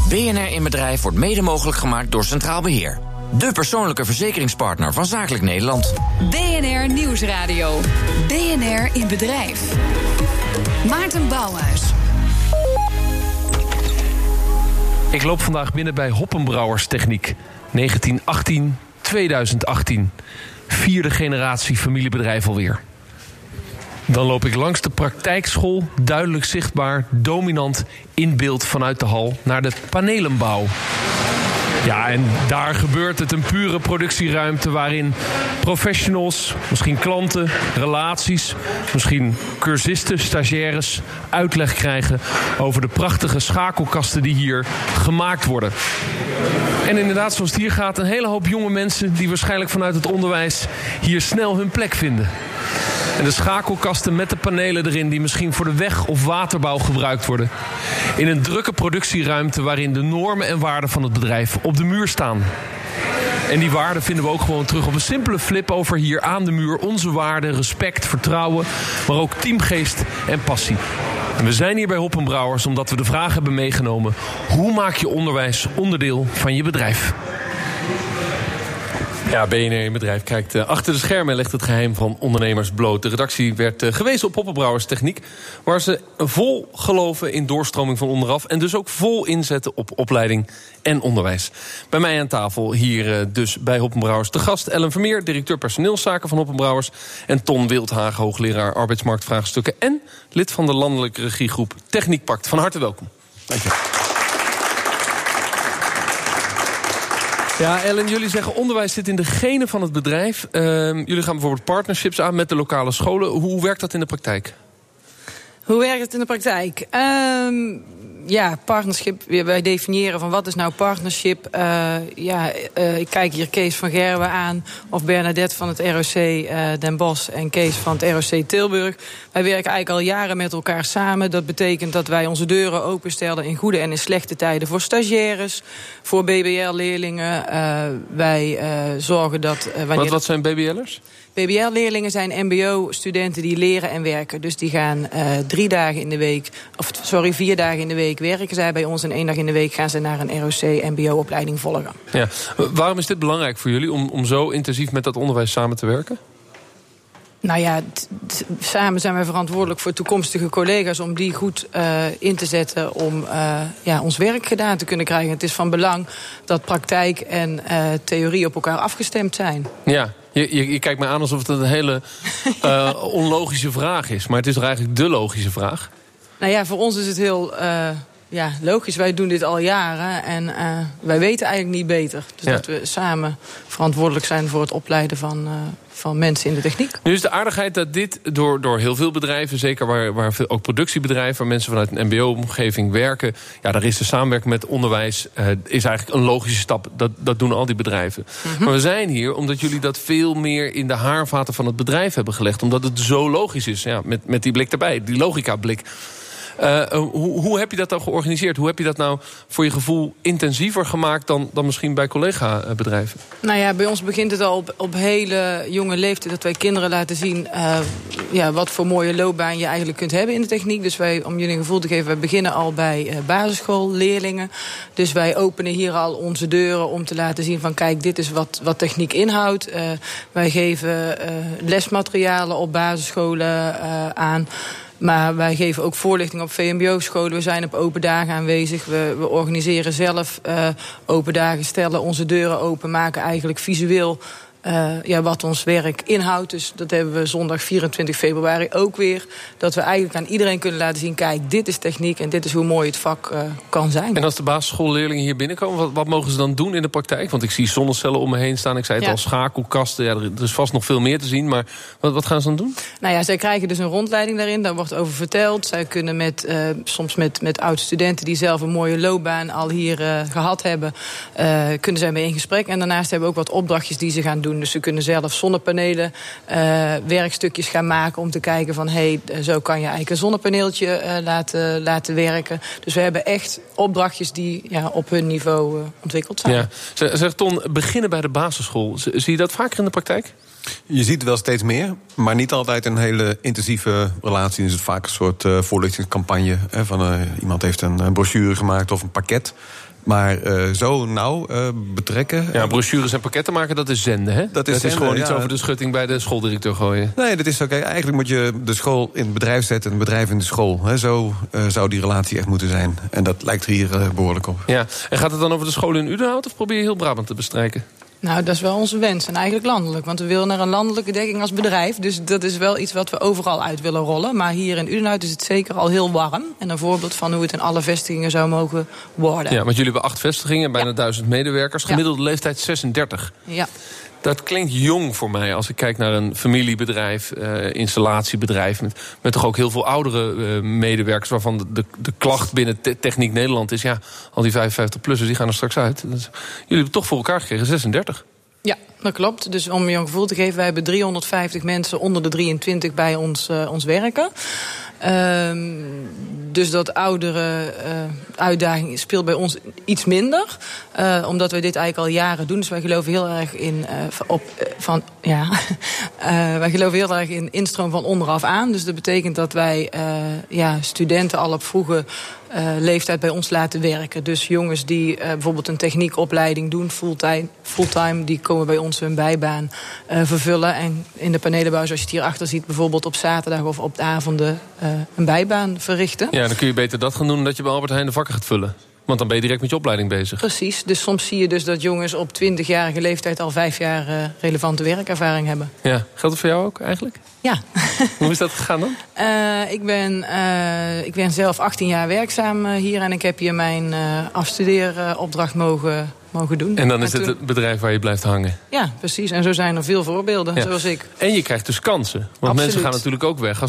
BNR in Bedrijf wordt mede mogelijk gemaakt door Centraal Beheer. De persoonlijke verzekeringspartner van Zakelijk Nederland. BNR Nieuwsradio. BNR in Bedrijf. Maarten Bouwhuis. Ik loop vandaag binnen bij Hoppenbrouwers Techniek. 1918, 2018. 4e generatie familiebedrijf alweer. Dan loop ik langs de praktijkschool, duidelijk zichtbaar, dominant in beeld vanuit de hal, naar de panelenbouw. Ja, en daar gebeurt het, een pure productieruimte waarin professionals, misschien klanten, relaties, misschien cursisten, stagiaires, uitleg krijgen over de prachtige schakelkasten die hier gemaakt worden. En inderdaad, zoals het hier gaat, een hele hoop jonge mensen die waarschijnlijk vanuit het onderwijs hier snel hun plek vinden. En de schakelkasten met de panelen erin die misschien voor de weg- of waterbouw gebruikt worden. In een drukke productieruimte waarin de normen en waarden van het bedrijf op de muur staan. En die waarden vinden we ook gewoon terug op een simpele flip over hier aan de muur. Onze waarden, respect, vertrouwen, maar ook teamgeest en passie. En we zijn hier bij Hoppenbrouwers omdat we de vraag hebben meegenomen: hoe maak je onderwijs onderdeel van je bedrijf? Ja, BNR in Bedrijf kijkt achter de schermen en legt het geheim van ondernemers bloot. De redactie werd gewezen op Hoppenbrouwers Techniek, waar ze vol geloven in doorstroming van onderaf en dus ook vol inzetten op opleiding en onderwijs. Bij mij aan tafel hier dus bij Hoppenbrouwers te gast Ellen Vermeer, directeur personeelszaken van Hoppenbrouwers, en Ton Wildhagen, hoogleraar arbeidsmarktvraagstukken en lid van de landelijke regiegroep Techniek Pakt. Van harte welkom. Dank je. Ja, Ellen, jullie zeggen onderwijs zit in de genen van het bedrijf. Jullie gaan bijvoorbeeld partnerships aan met de lokale scholen. Hoe werkt dat in de praktijk? Hoe werkt het in de praktijk? Partnership. Wij definiëren van wat is nou partnership. Ik kijk hier Kees van Gerwen aan, of Bernadette van het ROC Den Bosch en Kees van het ROC Tilburg. Wij werken eigenlijk al jaren met elkaar samen. Dat betekent dat wij onze deuren openstellen in goede en in slechte tijden voor stagiaires, voor BBL-leerlingen. Wij zorgen dat Wat zijn BBL'ers? BBL-leerlingen zijn mbo-studenten die leren en werken. Dus die gaan 4 dagen in de week werken zij bij ons en 1 dag in de week gaan ze naar een ROC-mbo-opleiding volgen. Ja. Waarom is dit belangrijk voor jullie om zo intensief met dat onderwijs samen te werken? Nou ja, samen zijn wij verantwoordelijk voor toekomstige collega's om die goed in te zetten om ons werk gedaan te kunnen krijgen. Het is van belang dat praktijk en theorie op elkaar afgestemd zijn. Ja. Je kijkt me aan alsof het een hele onlogische vraag is. Maar het is toch eigenlijk de logische vraag? Nou ja, voor ons is het heel logisch. Wij doen dit al jaren en wij weten eigenlijk niet beter. Dus dat we samen verantwoordelijk zijn voor het opleiden van mensen in de techniek. Nu is de aardigheid dat dit door heel veel bedrijven, zeker waar veel, ook productiebedrijven, waar mensen vanuit een mbo-omgeving werken, daar is de samenwerking met onderwijs is eigenlijk een logische stap. Dat doen al die bedrijven. Mm-hmm. Maar we zijn hier omdat jullie dat veel meer in de haarvaten van het bedrijf hebben gelegd. Omdat het zo logisch is, met die blik erbij, die logica-blik. Hoe heb je dat dan georganiseerd? Hoe heb je dat nou voor je gevoel intensiever gemaakt dan misschien bij collega-bedrijven? Nou ja, bij ons begint het al op hele jonge leeftijd dat wij kinderen laten zien wat voor mooie loopbaan je eigenlijk kunt hebben in de techniek. Dus wij, om jullie een gevoel te geven, wij beginnen al bij basisschoolleerlingen. Dus wij openen hier al onze deuren om te laten zien van kijk, dit is wat techniek inhoudt. Wij geven lesmaterialen op basisscholen aan. Maar wij geven ook voorlichting op VMBO-scholen. We zijn op open dagen aanwezig. We organiseren zelf open dagen, stellen onze deuren open, maken eigenlijk visueel wat ons werk inhoudt. Dus dat hebben we zondag 24 februari ook weer. Dat we eigenlijk aan iedereen kunnen laten zien, kijk, dit is techniek en dit is hoe mooi het vak kan zijn. En als de basisschoolleerlingen hier binnenkomen, wat mogen ze dan doen in de praktijk? Want ik zie zonnecellen om me heen staan. Ik zei het al, schakelkasten. Ja, er is vast nog veel meer te zien. Maar wat gaan ze dan doen? Nou ja, zij krijgen dus een rondleiding daarin. Daar wordt over verteld. Zij kunnen soms met oud-studenten die zelf een mooie loopbaan al hier gehad hebben, kunnen zij mee in gesprek. En daarnaast hebben we ook wat opdrachtjes die ze gaan doen. Dus ze kunnen zelf zonnepanelen werkstukjes gaan maken om te kijken van zo kan je eigenlijk een zonnepaneeltje laten werken. Dus we hebben echt opdrachtjes die op hun niveau ontwikkeld zijn. Ja. Zeg Ton, beginnen bij de basisschool. Zie je dat vaker in de praktijk? Je ziet wel steeds meer, maar niet altijd een hele intensieve relatie. Dus het is vaak een soort voorlichtingscampagne. Iemand heeft een brochure gemaakt of een pakket. Maar zo nauw betrekken... Ja, brochures en pakketten maken, dat is zenden, hè? Dat is gewoon iets over de schutting bij de schooldirecteur gooien. Nee, dat is oké. Eigenlijk moet je de school in het bedrijf zetten en het bedrijf in de school. Zo zou die relatie echt moeten zijn. En dat lijkt er hier behoorlijk op. Ja. En gaat het dan over de scholen in Udenhout of probeer je heel Brabant te bestrijken? Nou, dat is wel onze wens. En eigenlijk landelijk. Want we willen naar een landelijke dekking als bedrijf. Dus dat is wel iets wat we overal uit willen rollen. Maar hier in Udenhout is het zeker al heel warm. En een voorbeeld van hoe het in alle vestigingen zou mogen worden. Ja, want jullie hebben 8 vestigingen, bijna 1000 medewerkers. Gemiddelde leeftijd 36. Ja. Dat klinkt jong voor mij als ik kijk naar een familiebedrijf, installatiebedrijf... met toch ook heel veel oudere medewerkers... waarvan de klacht binnen Techniek Nederland is... ja, al die 55-plussers die gaan er straks uit. Dus, jullie hebben toch voor elkaar gekregen 36. Ja, dat klopt. Dus om je een gevoel te geven... wij hebben 350 mensen onder de 23 bij ons werken. Dus dat oudere uitdaging speelt bij ons iets minder. Omdat wij dit eigenlijk al jaren doen. Dus wij geloven heel erg in wij geloven heel erg in instroom van onderaf aan. Dus dat betekent dat wij studenten al op vroege leeftijd bij ons laten werken. Dus jongens die bijvoorbeeld een techniekopleiding doen, fulltime, die komen bij ons hun bijbaan vervullen. En in de panelenbouw, zoals je het hierachter ziet, bijvoorbeeld op zaterdag of op de avonden een bijbaan verrichten. Ja, dan kun je beter dat gaan doen dan dat je bij Albert Heijn de vakken gaat vullen. Want dan ben je direct met je opleiding bezig. Precies, dus soms zie je dus dat jongens op 20-jarige leeftijd al 5 jaar relevante werkervaring hebben. Ja, geldt het voor jou ook eigenlijk? Ja. Hoe is dat gegaan dan? Ik ben zelf 18 jaar werkzaam hier en ik heb hier mijn afstudeeropdracht mogen doen. En dan is het bedrijf waar je blijft hangen. Ja, precies. En zo zijn er veel voorbeelden, zoals ik. En je krijgt dus kansen. Want Absoluut. Mensen gaan natuurlijk ook weg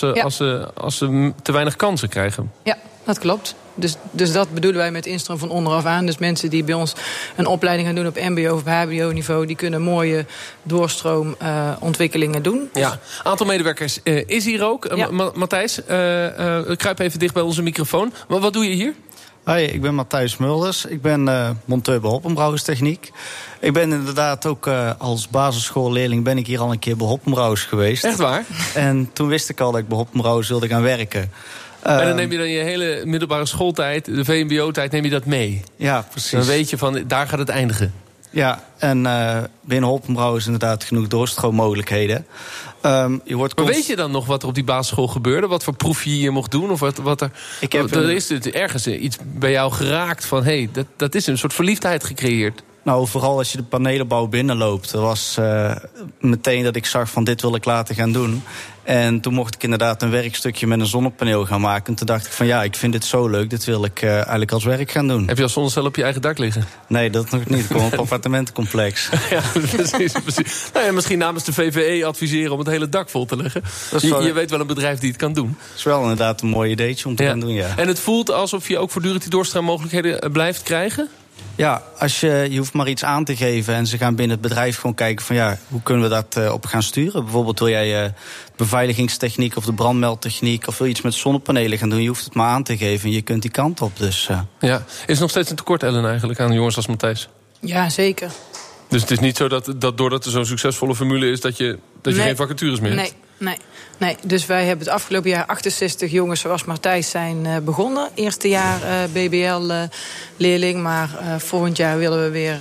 als ze te weinig kansen krijgen. Ja, dat klopt. Dus dat bedoelen wij met instroom van onderaf aan. Dus mensen die bij ons een opleiding gaan doen op mbo of hbo-niveau... die kunnen mooie doorstroomontwikkelingen doen. Ja, aantal medewerkers is hier ook. Ja. Matthijs, kruip even dicht bij onze microfoon. Wat doe je hier? Hoi, ik ben Matthijs Mulders. Ik ben monteur bij Hoppenbrouwerstechniek. Ik ben inderdaad ook als basisschoolleerling ben ik hier al een keer bij Hoppenbrouwers geweest. Echt waar? En toen wist ik al dat ik bij Hoppenbrouwers wilde gaan werken. En dan neem je dan je hele middelbare schooltijd, de VMBO-tijd, neem je dat mee? Ja, precies. Dan weet je van, daar gaat het eindigen. Ja, en binnen Hoppenbrouwers inderdaad genoeg doorstroommogelijkheden. Maar weet je dan nog wat er op die basisschool gebeurde? Wat voor proefje je hier mocht doen? Of wat er... Er is ergens iets bij jou geraakt van... hé, dat is een soort verliefdheid gecreëerd. Nou, vooral als je de panelenbouw binnenloopt. Dat was meteen dat ik zag van dit wil ik laten gaan doen. En toen mocht ik inderdaad een werkstukje met een zonnepaneel gaan maken. En toen dacht ik van ja, ik vind dit zo leuk. Dit wil ik eigenlijk als werk gaan doen. Heb je al zonnecel op je eigen dak liggen? Nee, dat nog niet. Ik kom op een appartementencomplex. Ja, precies. Nou ja, misschien namens de VVE adviseren om het hele dak vol te leggen. Je weet wel een bedrijf die het kan doen. Dat is wel inderdaad een mooi ideetje om te gaan doen, ja. En het voelt alsof je ook voortdurend die doorstroommogelijkheden blijft krijgen? Ja, je hoeft maar iets aan te geven en ze gaan binnen het bedrijf gewoon kijken van ja, hoe kunnen we dat op gaan sturen? Bijvoorbeeld wil jij de beveiligingstechniek of de brandmeldtechniek of wil je iets met zonnepanelen gaan doen? Je hoeft het maar aan te geven en je kunt die kant op. Dus, Ja, is er nog steeds een tekort, Ellen, eigenlijk aan jongens als Matthijs? Ja, zeker. Dus het is niet zo dat doordat er zo'n succesvolle formule is dat je geen vacatures meer hebt? Nee, dus wij hebben het afgelopen jaar 68 jongens zoals Matthijs zijn begonnen. Eerste jaar BBL-leerling, maar volgend jaar willen we weer...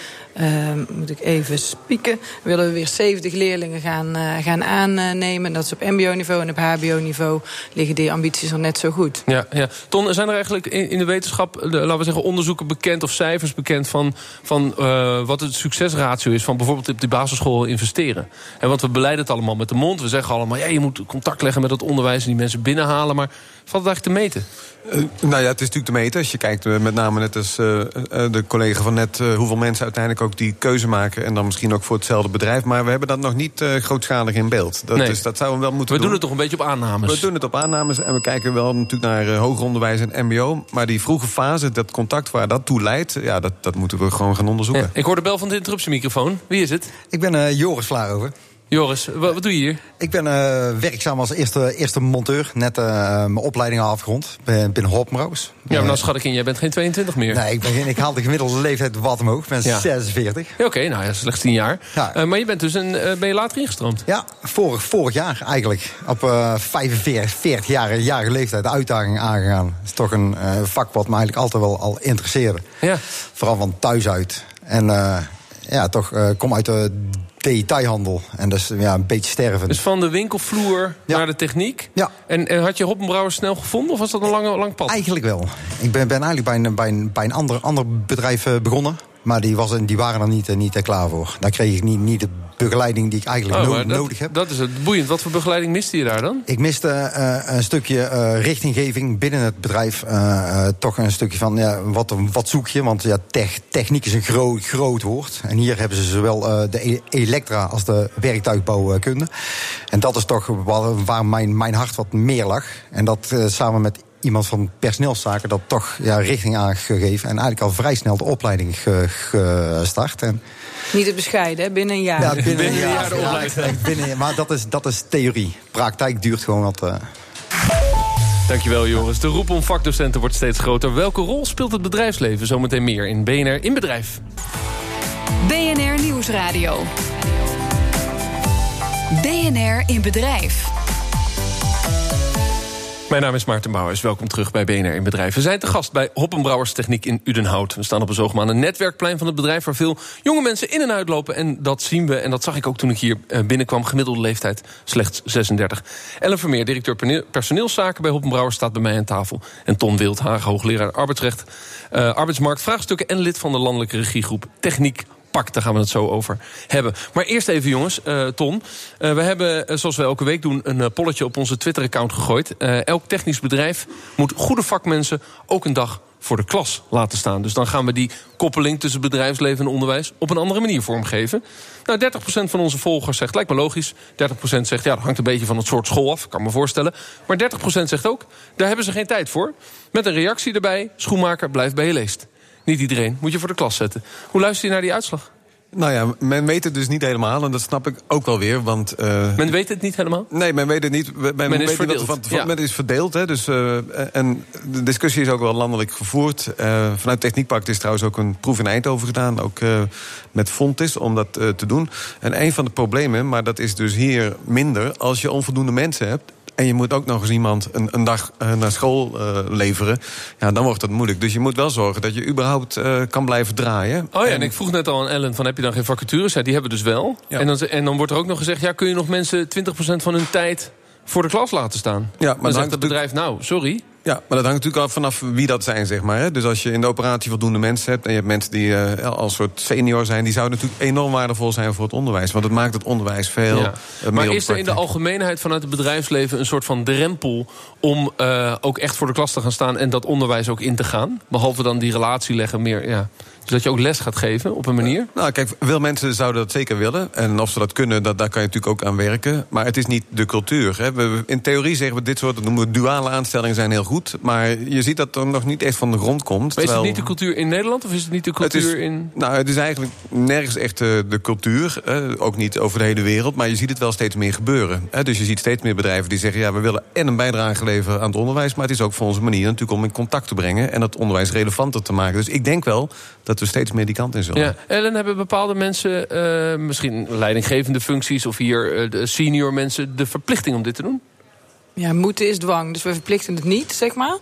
moet ik even spieken. Willen we weer 70 leerlingen gaan aannemen. Dat is op mbo-niveau en op hbo-niveau liggen die ambities er net zo goed. Ja. Ton, zijn er eigenlijk in de wetenschap, laten we zeggen, onderzoeken bekend of cijfers bekend van wat het succesratio is van bijvoorbeeld op die basisschool investeren? En want we beleiden het allemaal met de mond. We zeggen allemaal, ja, je moet contact leggen met het onderwijs en die mensen binnenhalen. Maar valt het eigenlijk te meten? Nou ja, het is natuurlijk te meten. Als je kijkt met name net als de collega van net... hoeveel mensen uiteindelijk ook die keuze maken... en dan misschien ook voor hetzelfde bedrijf. Maar we hebben dat nog niet grootschalig in beeld. Dus dat zouden we wel moeten doen. We doen het toch een beetje op aannames? We doen het op aannames en we kijken wel natuurlijk naar hoger onderwijs en mbo. Maar die vroege fase, dat contact waar dat toe leidt... ja, dat moeten we gewoon gaan onderzoeken. Ja, ik hoor de bel van de interruptiemicrofoon. Wie is het? Ik ben Joris Vlaarhoven. Joris, wat doe je hier? Ik ben werkzaam als eerste monteur. Net mijn opleiding afgerond binnen Hoppenbrouwers. Ja, maar dan schat ik in, jij bent geen 22 meer. Nee, ik haal de gemiddelde leeftijd wat omhoog. Ik ben 46. Ja, Oké, nou ja, slechts 10 jaar. Ja. Maar je bent dus ben je later ingestroomd? Ja, vorig jaar eigenlijk. Op 45-jarige leeftijd de uitdaging aangegaan. Dat is toch een vak wat me eigenlijk altijd wel al interesseerde. Ja. Vooral van thuis uit. En kom uit de detailhandel. En dus een beetje sterven. Dus van de winkelvloer naar de techniek? Ja. En had je Hoppenbrouwers snel gevonden of was dat een lang pad? Eigenlijk wel. Ik ben eigenlijk bij een ander bedrijf begonnen. Maar die waren er niet klaar voor. Daar kreeg ik niet de begeleiding die ik eigenlijk nodig heb. Dat is het boeiend. Wat voor begeleiding miste je daar dan? Ik miste een stukje richtinggeving binnen het bedrijf. Toch een stukje van, wat zoek je? Want techniek is een groot woord. En hier hebben ze zowel de elektra als de werktuigbouwkunde. En dat is toch waar mijn hart wat meer lag. En dat samen met iemand van personeelszaken dat toch richting aangegeven. En eigenlijk al vrij snel de opleiding gestart. En niet te bescheiden, hè? Binnen een jaar. Ja, binnen een jaar de opleiding. Maar dat is theorie. Praktijk duurt gewoon wat. Dankjewel, Joris. De roep om vakdocenten wordt steeds groter. Welke rol speelt het bedrijfsleven? Zometeen meer in BNR in Bedrijf. BNR Nieuwsradio. BNR in Bedrijf. Mijn naam is Maarten Bouwers. Welkom terug bij BNR in Bedrijf. We zijn te gast bij Hoppenbrouwers Techniek in Udenhout. We staan op een zogenaamde netwerkplein van het bedrijf waar veel jonge mensen in en uitlopen. En dat zien we, en dat zag ik ook toen ik hier binnenkwam. Gemiddelde leeftijd slechts 36. Ellen Vermeer, directeur personeelszaken bij Hoppenbrouwers, staat bij mij aan tafel. En Ton Wildhagen, hoogleraar arbeidsrecht, arbeidsmarktvraagstukken en lid van de landelijke regiegroep Techniek Pak. Daar gaan we het zo over hebben. Maar eerst even, jongens, Ton. We hebben, zoals we elke week doen, een polletje op onze Twitter-account gegooid. Elk technisch bedrijf moet goede vakmensen ook een dag voor de klas laten staan. Dus dan gaan we die koppeling tussen bedrijfsleven en onderwijs op een andere manier vormgeven. Nou, 30% van onze volgers zegt, lijkt me logisch. 30% zegt, dat hangt een beetje van het soort school af, kan me voorstellen. Maar 30% zegt ook, daar hebben ze geen tijd voor. Met een reactie erbij, schoenmaker, blijf bij je leest. Niet iedereen moet je voor de klas zetten. Hoe luister je naar die uitslag? Nou ja, men weet het dus niet helemaal. En dat snap ik ook wel weer. Want, men weet het niet helemaal? Nee, men weet het niet. Men is verdeeld. Men is verdeeld. Hè, dus, en de discussie is ook wel landelijk gevoerd. Vanuit Techniekpak is trouwens ook een proef in Eindhoven gedaan. Ook met Fontis om dat te doen. En een van de problemen, maar dat is dus hier minder, als je onvoldoende mensen hebt. En je moet ook nog eens iemand een dag naar school leveren. Ja, dan wordt dat moeilijk. Dus je moet wel zorgen dat je überhaupt kan blijven draaien. Oh ja, en ik vroeg net al aan Ellen, heb je dan geen vacatures? Ja, die hebben dus wel. Ja. En dan wordt er ook nog gezegd, kun je nog mensen 20% van hun tijd voor de klas laten staan? Ja, maar dan zegt het bedrijf, sorry. Ja, maar dat hangt natuurlijk al vanaf wie dat zijn, zeg maar. Hè? Dus als je in de operatie voldoende mensen hebt en je hebt mensen die als soort senior zijn, die zouden natuurlijk enorm waardevol zijn voor het onderwijs. Want het maakt het onderwijs veel meer. Maar is er in de algemeenheid vanuit het bedrijfsleven een soort van drempel om ook echt voor de klas te gaan staan en dat onderwijs ook in te gaan? Behalve dan die relatie leggen meer, dus dat je ook les gaat geven op een manier? Nou, kijk, veel mensen zouden dat zeker willen. En of ze dat kunnen, daar kan je natuurlijk ook aan werken. Maar het is niet de cultuur. Hè. In theorie zeggen we dit soort, dat noemen we duale aanstellingen, zijn heel goed. Maar je ziet dat er nog niet echt van de grond komt. Maar is het niet de cultuur in Nederland of is het niet de cultuur in... Nou, het is eigenlijk nergens echt de cultuur. Ook niet over de hele wereld. Maar je ziet het wel steeds meer gebeuren. Dus je ziet steeds meer bedrijven die zeggen, we willen en een bijdrage leveren aan het onderwijs. Maar het is ook voor onze manier natuurlijk om in contact te brengen en het onderwijs relevanter te maken. Dus ik denk wel dat we steeds meer die kant in zullen. Ja, Ellen, hebben bepaalde mensen, misschien leidinggevende functies of hier de senior mensen, de verplichting om dit te doen? Ja, moeten is dwang. Dus we verplichten het niet, zeg maar.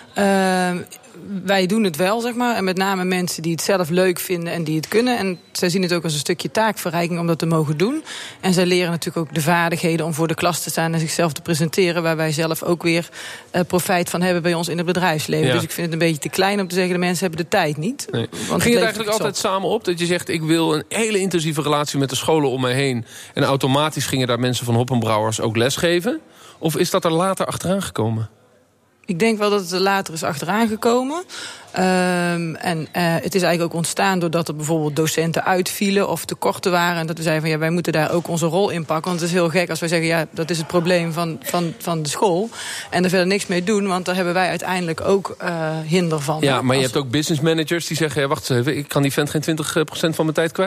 Wij doen het wel, zeg maar. En met name mensen die het zelf leuk vinden en die het kunnen. En zij zien het ook als een stukje taakverrijking om dat te mogen doen. En zij leren natuurlijk ook de vaardigheden om voor de klas te staan en zichzelf te presenteren, waar wij zelf ook weer profijt van hebben bij ons in het bedrijfsleven. Ja. Dus ik vind het een beetje te klein om te zeggen, de mensen hebben de tijd niet. Nee. Want ging het eigenlijk altijd samen op? Dat je zegt, ik wil een hele intensieve relatie met de scholen om mij heen. En automatisch gingen daar mensen van Hoppenbrouwers ook lesgeven? Of is dat er later achteraan gekomen? Ik denk wel dat het er later is achteraan gekomen. Het is eigenlijk ook ontstaan doordat er bijvoorbeeld docenten uitvielen of tekorten waren. En dat we zeiden van wij moeten daar ook onze rol in pakken. Want het is heel gek als wij zeggen, dat is het probleem van de school. En er verder niks mee doen, want daar hebben wij uiteindelijk ook hinder van. Ja, maar je hebt ook business managers die zeggen, wacht eens even, ik kan die vent geen 20% van mijn tijd kwijt.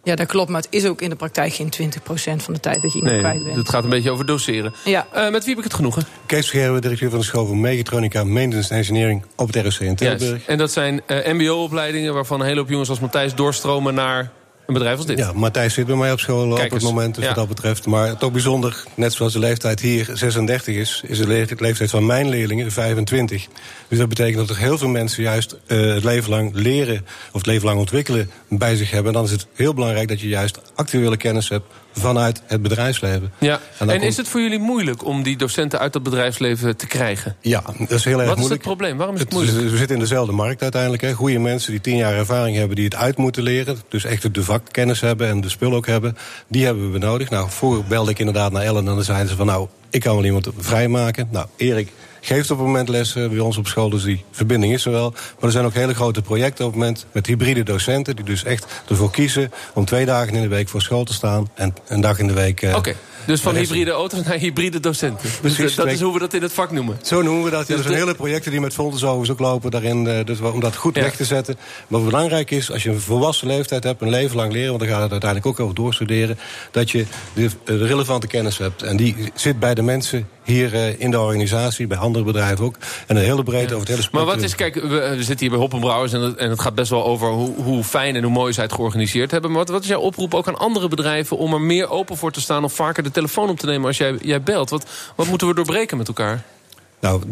Ja, dat klopt, maar het is ook in de praktijk geen 20% van de tijd dat je iemand kwijt bent. Het gaat een beetje over doseren. Ja. Met wie heb ik het genoegen? Kees Vergeer, directeur van de school voor Mechatronica Maintenance Engineering op het ROC in Tilburg. Yes. En dat zijn mbo-opleidingen waarvan een hele hoop jongens als Matthijs doorstromen naar een bedrijf als dit. Ja, Matthijs zit bij mij op school op het moment, dus wat dat betreft. Maar toch bijzonder, net zoals de leeftijd hier 36 is de leeftijd van mijn leerlingen 25. Dus dat betekent dat er heel veel mensen juist het leven lang leren of het leven lang ontwikkelen bij zich hebben. En dan is het heel belangrijk dat je juist actuele kennis hebt vanuit het bedrijfsleven. Ja. En is het voor jullie moeilijk om die docenten uit dat bedrijfsleven te krijgen? Ja, dat is heel erg moeilijk. Wat is het probleem? Waarom is het moeilijk? We zitten in dezelfde markt uiteindelijk. Hè. Goede mensen die 10 jaar ervaring hebben, die het uit moeten leren. Dus echt de vakkennis hebben en de spul ook hebben. Die hebben we nodig. Nou, vroeger belde ik inderdaad naar Ellen en dan zeiden ze van nou, ik kan wel iemand vrijmaken. Nou, Erik geeft op het moment les bij ons op school, dus die verbinding is er wel. Maar er zijn ook hele grote projecten op het moment met hybride docenten die dus echt ervoor kiezen om 2 dagen in de week voor school te staan en een dag in de week. Oké. Dus van hybride auto's naar hybride docenten. Dus dat is hoe we dat in het vak noemen. Zo noemen we dat. Ja, er zijn hele projecten die met Voltensovers ook lopen daarin. Dus om dat goed weg te zetten. Maar wat belangrijk is, als je een volwassen leeftijd hebt, een leven lang leren, want dan gaat het uiteindelijk ook over doorstuderen, dat je de relevante kennis hebt. En die zit bij de mensen hier in de organisatie, bij andere bedrijven ook. En een hele breedte over het hele spectrum. Maar wat is, kijk, we zitten hier bij Hoppenbrouwers en het gaat best wel over hoe fijn en hoe mooi zij het georganiseerd hebben. Maar wat is jouw oproep ook aan andere bedrijven om er meer open voor te staan of vaker de telefoon op te nemen als jij belt? Wat moeten we doorbreken met elkaar? Nou,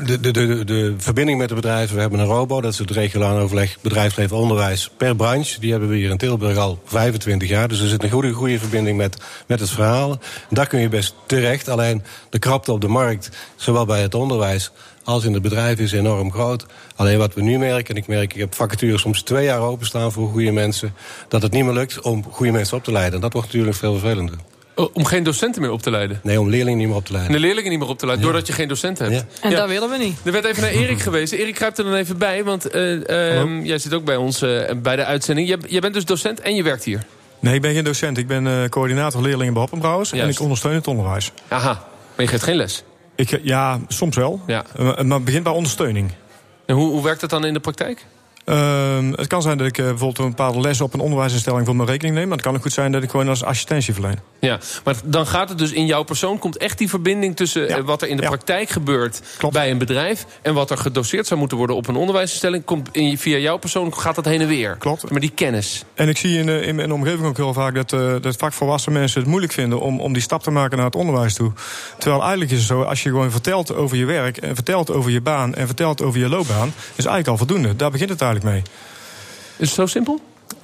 de verbinding met de bedrijven, we hebben een ROBO, dat is het regionaal overleg bedrijfsleven onderwijs per branche. Die hebben we hier in Tilburg al 25 jaar. Dus er zit een goede verbinding met het verhaal. Daar kun je best terecht. Alleen de krapte op de markt, zowel bij het onderwijs als in het bedrijf, is enorm groot. Alleen wat we nu merken, en ik heb vacatures soms 2 jaar openstaan voor goede mensen, dat het niet meer lukt om goede mensen op te leiden. En dat wordt natuurlijk veel vervelender. Om geen docenten meer op te leiden? Nee, om leerlingen niet meer op te leiden. De leerlingen niet meer op te leiden, doordat je geen docenten hebt. Ja. En dat willen we niet. Er werd even naar Erik gewezen. Erik, grijpt er dan even bij, want jij zit ook bij ons bij de uitzending. Jij bent dus docent en je werkt hier? Nee, ik ben geen docent. Ik ben coördinator leerlingen bij Hoppenbrouwers. En ik ondersteun het onderwijs. Aha, maar je geeft geen les? Ja, soms wel. Ja. Maar het begint bij ondersteuning. En hoe werkt dat dan in de praktijk? Het kan zijn dat ik bijvoorbeeld een bepaalde les op een onderwijsinstelling voor mijn rekening neem. Maar het kan ook goed zijn dat ik gewoon als assistentie verleen. Ja, maar dan gaat het dus in jouw persoon, komt echt die verbinding tussen wat er in de praktijk gebeurt bij een bedrijf en wat er gedoseerd zou moeten worden op een onderwijsinstelling. Komt via jouw persoon gaat dat heen en weer. Klopt. Maar die kennis. En ik zie in mijn omgeving ook heel vaak dat vaak volwassen mensen het moeilijk vinden om die stap te maken naar het onderwijs toe. Terwijl eigenlijk is het zo, als je gewoon vertelt over je werk en vertelt over je baan en vertelt over je loopbaan, is eigenlijk al voldoende. Daar begint het eigenlijk mee. Is het zo simpel?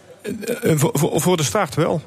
Voor de start wel.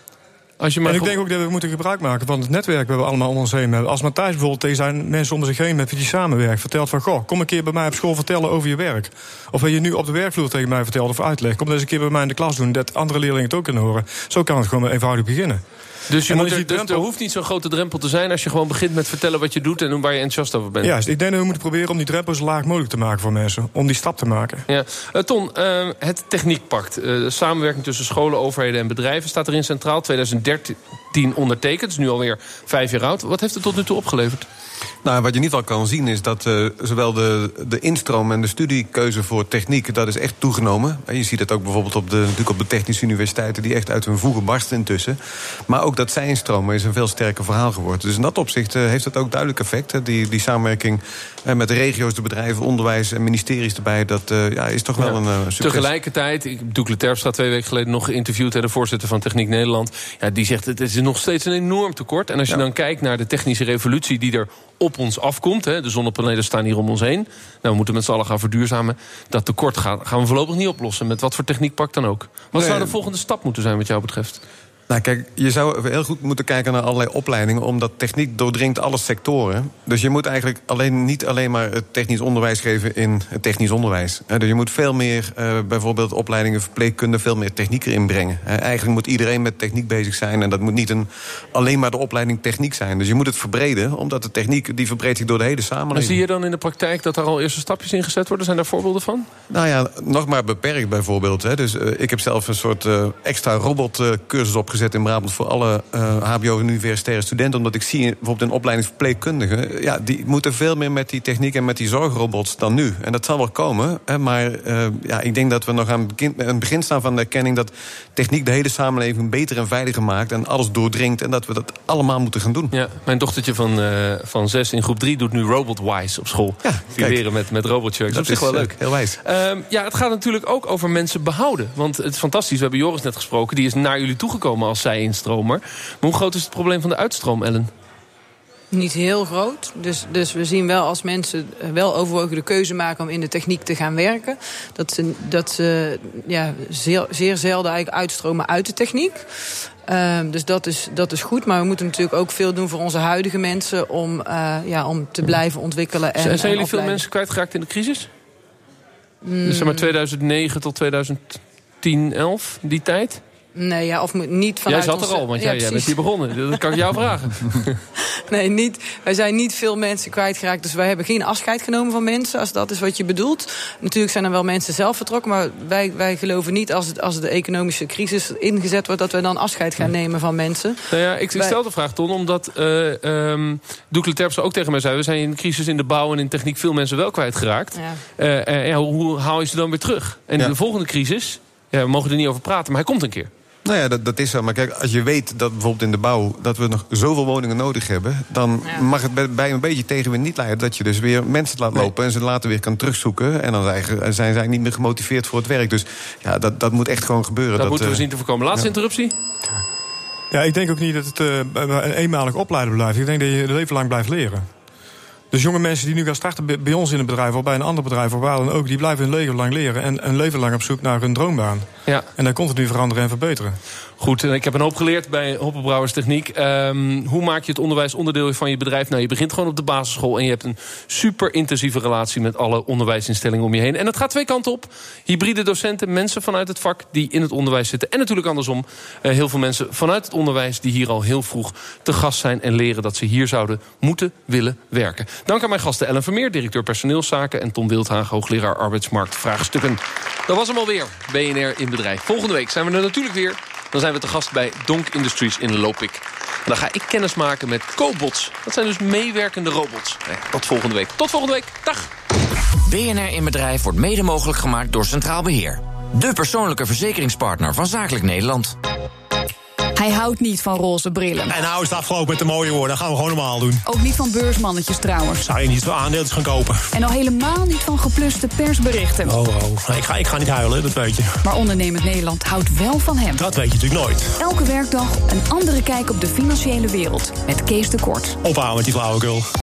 En ik denk ook dat we moeten gebruik maken van het netwerk dat we allemaal om ons heen hebben. Als Matthijs bijvoorbeeld tegen zijn mensen om zich heen met wie hij samenwerkt vertelt van, goh, kom een keer bij mij op school vertellen over je werk. Of wat je nu op de werkvloer tegen mij vertelt of uitlegt. Kom eens een keer bij mij in de klas doen, dat andere leerlingen het ook kunnen horen. Zo kan het gewoon eenvoudig beginnen. Dus er hoeft niet zo'n grote drempel te zijn als je gewoon begint met vertellen wat je doet en waar je enthousiast over bent. Ja, ik denk dat we moeten proberen om die drempel zo laag mogelijk te maken voor mensen. Om die stap te maken. Ja. Ton, het Techniekpact. De samenwerking tussen scholen, overheden en bedrijven staat erin centraal. 2013 ondertekend, is nu alweer 5 jaar oud. Wat heeft het tot nu toe opgeleverd? Nou, wat je niet al kan zien is dat zowel de instroom en de studiekeuze voor techniek, dat is echt toegenomen. Je ziet het ook bijvoorbeeld natuurlijk op de technische universiteiten die echt uit hun voegen barsten intussen. Maar ook dat zijnstromen is een veel sterker verhaal geworden. Dus in dat opzicht heeft het ook duidelijk effect. Die samenwerking met de regio's, de bedrijven, onderwijs en ministeries erbij, dat is toch wel een succes. Tegelijkertijd, ik heb Doekle Terpstra 2 weken geleden nog geïnterviewd, de voorzitter van Techniek Nederland. Ja, die zegt het is nog steeds een enorm tekort. En als je dan kijkt naar de technische revolutie die er op ons afkomt, de zonnepanelen staan hier om ons heen. Nou, we moeten met z'n allen gaan verduurzamen. Dat tekort gaan we voorlopig niet oplossen, met wat voor techniekpak dan ook. Wat zou de volgende stap moeten zijn wat jou betreft? Nou kijk, je zou heel goed moeten kijken naar allerlei opleidingen, omdat techniek doordringt alle sectoren. Dus je moet eigenlijk niet alleen maar het technisch onderwijs geven in het technisch onderwijs. Dus je moet veel meer, bijvoorbeeld opleidingen verpleegkunde, veel meer techniek erin brengen. Eigenlijk moet iedereen met techniek bezig zijn en dat moet niet alleen maar de opleiding techniek zijn. Dus je moet het verbreden, omdat de techniek die verbreedt zich door de hele samenleving. Maar zie je dan in de praktijk dat er al eerste stapjes in gezet worden? Zijn daar voorbeelden van? Nou ja, nog maar beperkt bijvoorbeeld. Dus ik heb zelf een soort extra robotcursus opgezet opgezet in Brabant voor alle hbo- en universitaire studenten. Omdat ik zie bijvoorbeeld een opleiding verpleegkundigen, ja, die moeten veel meer met die techniek en met die zorgrobots dan nu. En dat zal wel komen. Maar ik denk dat we nog aan het begin staan van de erkenning dat techniek de hele samenleving beter en veiliger maakt en alles doordringt. En dat we dat allemaal moeten gaan doen. Ja, mijn dochtertje van 6 in groep 3 doet nu RobotWise op school. Ja, die leren met robotjes. Dat is op zich wel leuk. Heel wijs. Het gaat natuurlijk ook over mensen behouden. Want het is fantastisch. We hebben Joris net gesproken. Die is naar jullie toegekomen als zij-instromer. Maar hoe groot is het probleem van de uitstroom, Ellen? Niet heel groot. Dus we zien wel als mensen wel overwogen de keuze maken om in de techniek te gaan werken. Dat ze zeer zelden eigenlijk uitstromen uit de techniek. Dus dat is goed. Maar we moeten natuurlijk ook veel doen voor onze huidige mensen om te blijven ontwikkelen. Zijn jullie veel mensen kwijtgeraakt in de crisis? Dus zeg maar 2009 tot 2010, 11, die tijd? Nee, ja, of niet vanuit. Jij zat er al, want jij bent hier begonnen. Dat kan ik jou vragen. Nee, wij zijn niet veel mensen kwijtgeraakt. Dus wij hebben geen afscheid genomen van mensen, als dat is wat je bedoelt. Natuurlijk zijn er wel mensen zelf vertrokken. Maar wij geloven niet als de economische crisis ingezet wordt, dat we dan afscheid gaan nemen van mensen. Nou ja, ik stel de vraag, Ton, omdat Doekle Terpstra ook tegen mij zei, we zijn in de crisis in de bouw en in techniek veel mensen wel kwijtgeraakt. Ja. Hoe haal je ze dan weer terug? En in de volgende crisis, we mogen er niet over praten, maar hij komt een keer. Nou ja, dat is zo. Maar kijk, als je weet dat bijvoorbeeld in de bouw dat we nog zoveel woningen nodig hebben, dan mag het bij een beetje tegenwind niet leiden dat je dus weer mensen laat lopen en ze later weer kan terugzoeken. En dan zijn zij niet meer gemotiveerd voor het werk. Dus ja, dat moet echt gewoon gebeuren. Dat moeten we zien te voorkomen. Laatste interruptie. Ja, ik denk ook niet dat het een eenmalig opleiden blijft. Ik denk dat je het leven lang blijft leren. Dus jonge mensen die nu gaan starten bij ons in het bedrijf of bij een ander bedrijf of waar dan ook, die blijven hun leven lang leren en een leven lang op zoek naar hun droombaan. Ja. En dan continu veranderen en verbeteren. Goed, en ik heb een hoop geleerd bij Hoppenbrouwers Techniek. Hoe maak je het onderwijs onderdeel van je bedrijf? Nou, je begint gewoon op de basisschool en je hebt een super intensieve relatie met alle onderwijsinstellingen om je heen. En dat gaat twee kanten op. Hybride docenten, mensen vanuit het vak die in het onderwijs zitten. En natuurlijk andersom, heel veel mensen vanuit het onderwijs die hier al heel vroeg te gast zijn en leren dat ze hier zouden moeten willen werken. Dank aan mijn gasten Ellen Vermeer, directeur personeelszaken, en Tom Wildhagen, hoogleraar arbeidsmarktvraagstukken. Dat was hem alweer, BNR in Bedrijf. Volgende week zijn we er natuurlijk weer. Dan zijn we te gast bij Donk Industries in Lopik. En dan ga ik kennis maken met cobots. Dat zijn dus meewerkende robots. Tot volgende week. Tot volgende week. Dag. BNR in Bedrijf wordt mede mogelijk gemaakt door Centraal Beheer. De persoonlijke verzekeringspartner van Zakelijk Nederland. Hij houdt niet van roze brillen. En nou is het afgelopen met de mooie woorden. Dat gaan we gewoon normaal doen. Ook niet van beursmannetjes trouwens. Zou je niet veel aandeeltjes gaan kopen? En al helemaal niet van gepluste persberichten. Oh. Ik ga niet huilen, dat weet je. Maar Ondernemend Nederland houdt wel van hem. Dat weet je natuurlijk nooit. Elke werkdag een andere kijk op de financiële wereld. Met Kees de Kort. Ophouden met die flauwekul.